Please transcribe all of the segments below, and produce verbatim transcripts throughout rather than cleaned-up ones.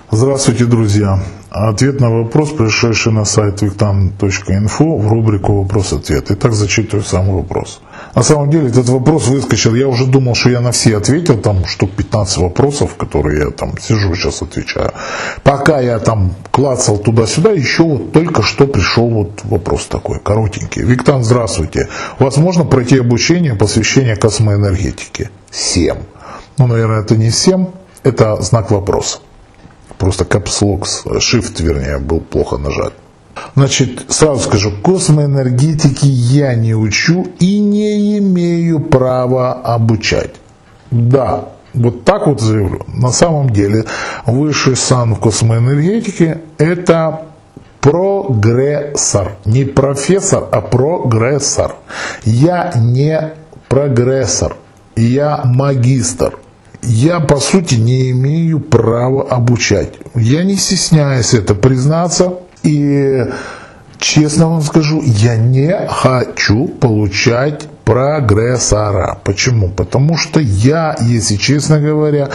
Здравствуйте, друзья! Ответ на вопрос, пришедший на сайт виктан точка инфо в рубрику «Вопрос-ответ». Итак, зачитываю сам вопрос. На самом деле, этот вопрос выскочил. Я уже думал, что я на все ответил, там штук пятнадцать вопросов, которые я там сижу сейчас отвечаю. Пока я там клацал туда-сюда, еще вот только что пришел вот вопрос такой, коротенький. Виктан, здравствуйте. Возможно пройти обучение, посвящение космоэнергетике? Семь. Ну, наверное, это не семь, это знак вопроса. Просто капслок, shift, вернее, был плохо нажат. Значит, сразу скажу, космоэнергетики я не учу и не имею права обучать. Да, вот так вот заявлю. На самом деле, высший сан в космоэнергетике – это прогрессор. Не профессор, а прогрессор. Я не прогрессор, я магистр. Я, по сути, не имею права обучать. Я не стесняюсь это признаться. И, честно вам скажу, я не хочу получать прогрессора. Почему? Потому что я, если честно говоря,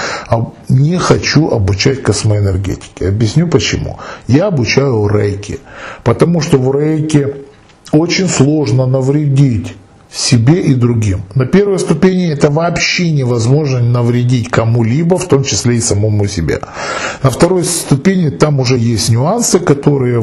не хочу обучать космоэнергетике. Объясню почему. Я обучаю рейки. Потому что в рейке очень сложно навредить себе и другим. На первой ступени это вообще невозможно навредить кому-либо, в том числе и самому себе. На второй ступени там уже есть нюансы, которые,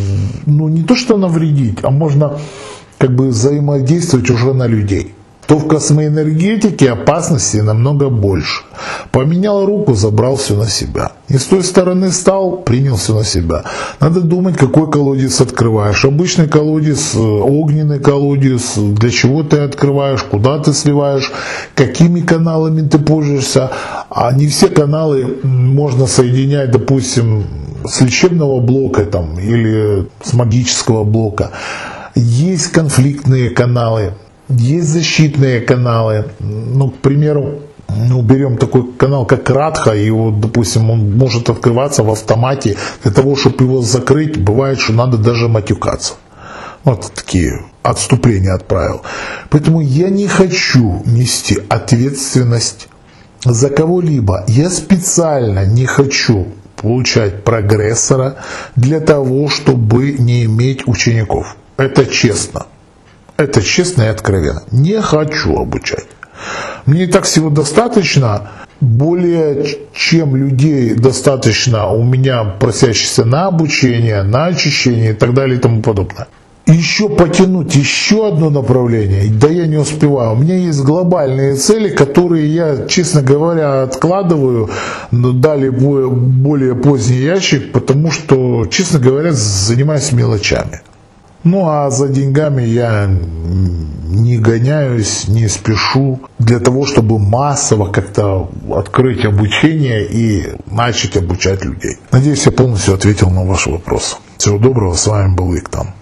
ну, не то что навредить, а можно как бы взаимодействовать уже на людей. То в космоэнергетике опасности намного больше. Поменял руку, забрал все на себя. Не с той стороны стал, принял все на себя. Надо думать, какой колодец открываешь. Обычный колодец, огненный колодец, для чего ты открываешь, куда ты сливаешь, какими каналами ты пользуешься. А не все каналы можно соединять, допустим, с лечебного блока там, или с магического блока. Есть конфликтные каналы. Есть защитные каналы, ну, к примеру, ну, берем такой канал, как Радха, и вот, допустим, он может открываться в автомате. Для того, чтобы его закрыть, бывает, что надо даже матюкаться. Вот такие отступления от правил. Поэтому я не хочу нести ответственность за кого-либо. Я специально не хочу получать прогрессора для того, чтобы не иметь учеников. Это честно. Это честно и откровенно. Не хочу обучать. Мне и так всего достаточно. Более чем людей достаточно у меня просящихся на обучение, на очищение и так далее и тому подобное. Еще потянуть еще одно направление, да я не успеваю. У меня есть глобальные цели, которые я, честно говоря, откладываю, но дали более поздний ящик, потому что, честно говоря, занимаюсь мелочами. Ну а за деньгами я не гоняюсь, не спешу для того, чтобы массово как-то открыть обучение и начать обучать людей. Надеюсь, я полностью ответил на ваш вопрос. Всего доброго, с вами был Виктан.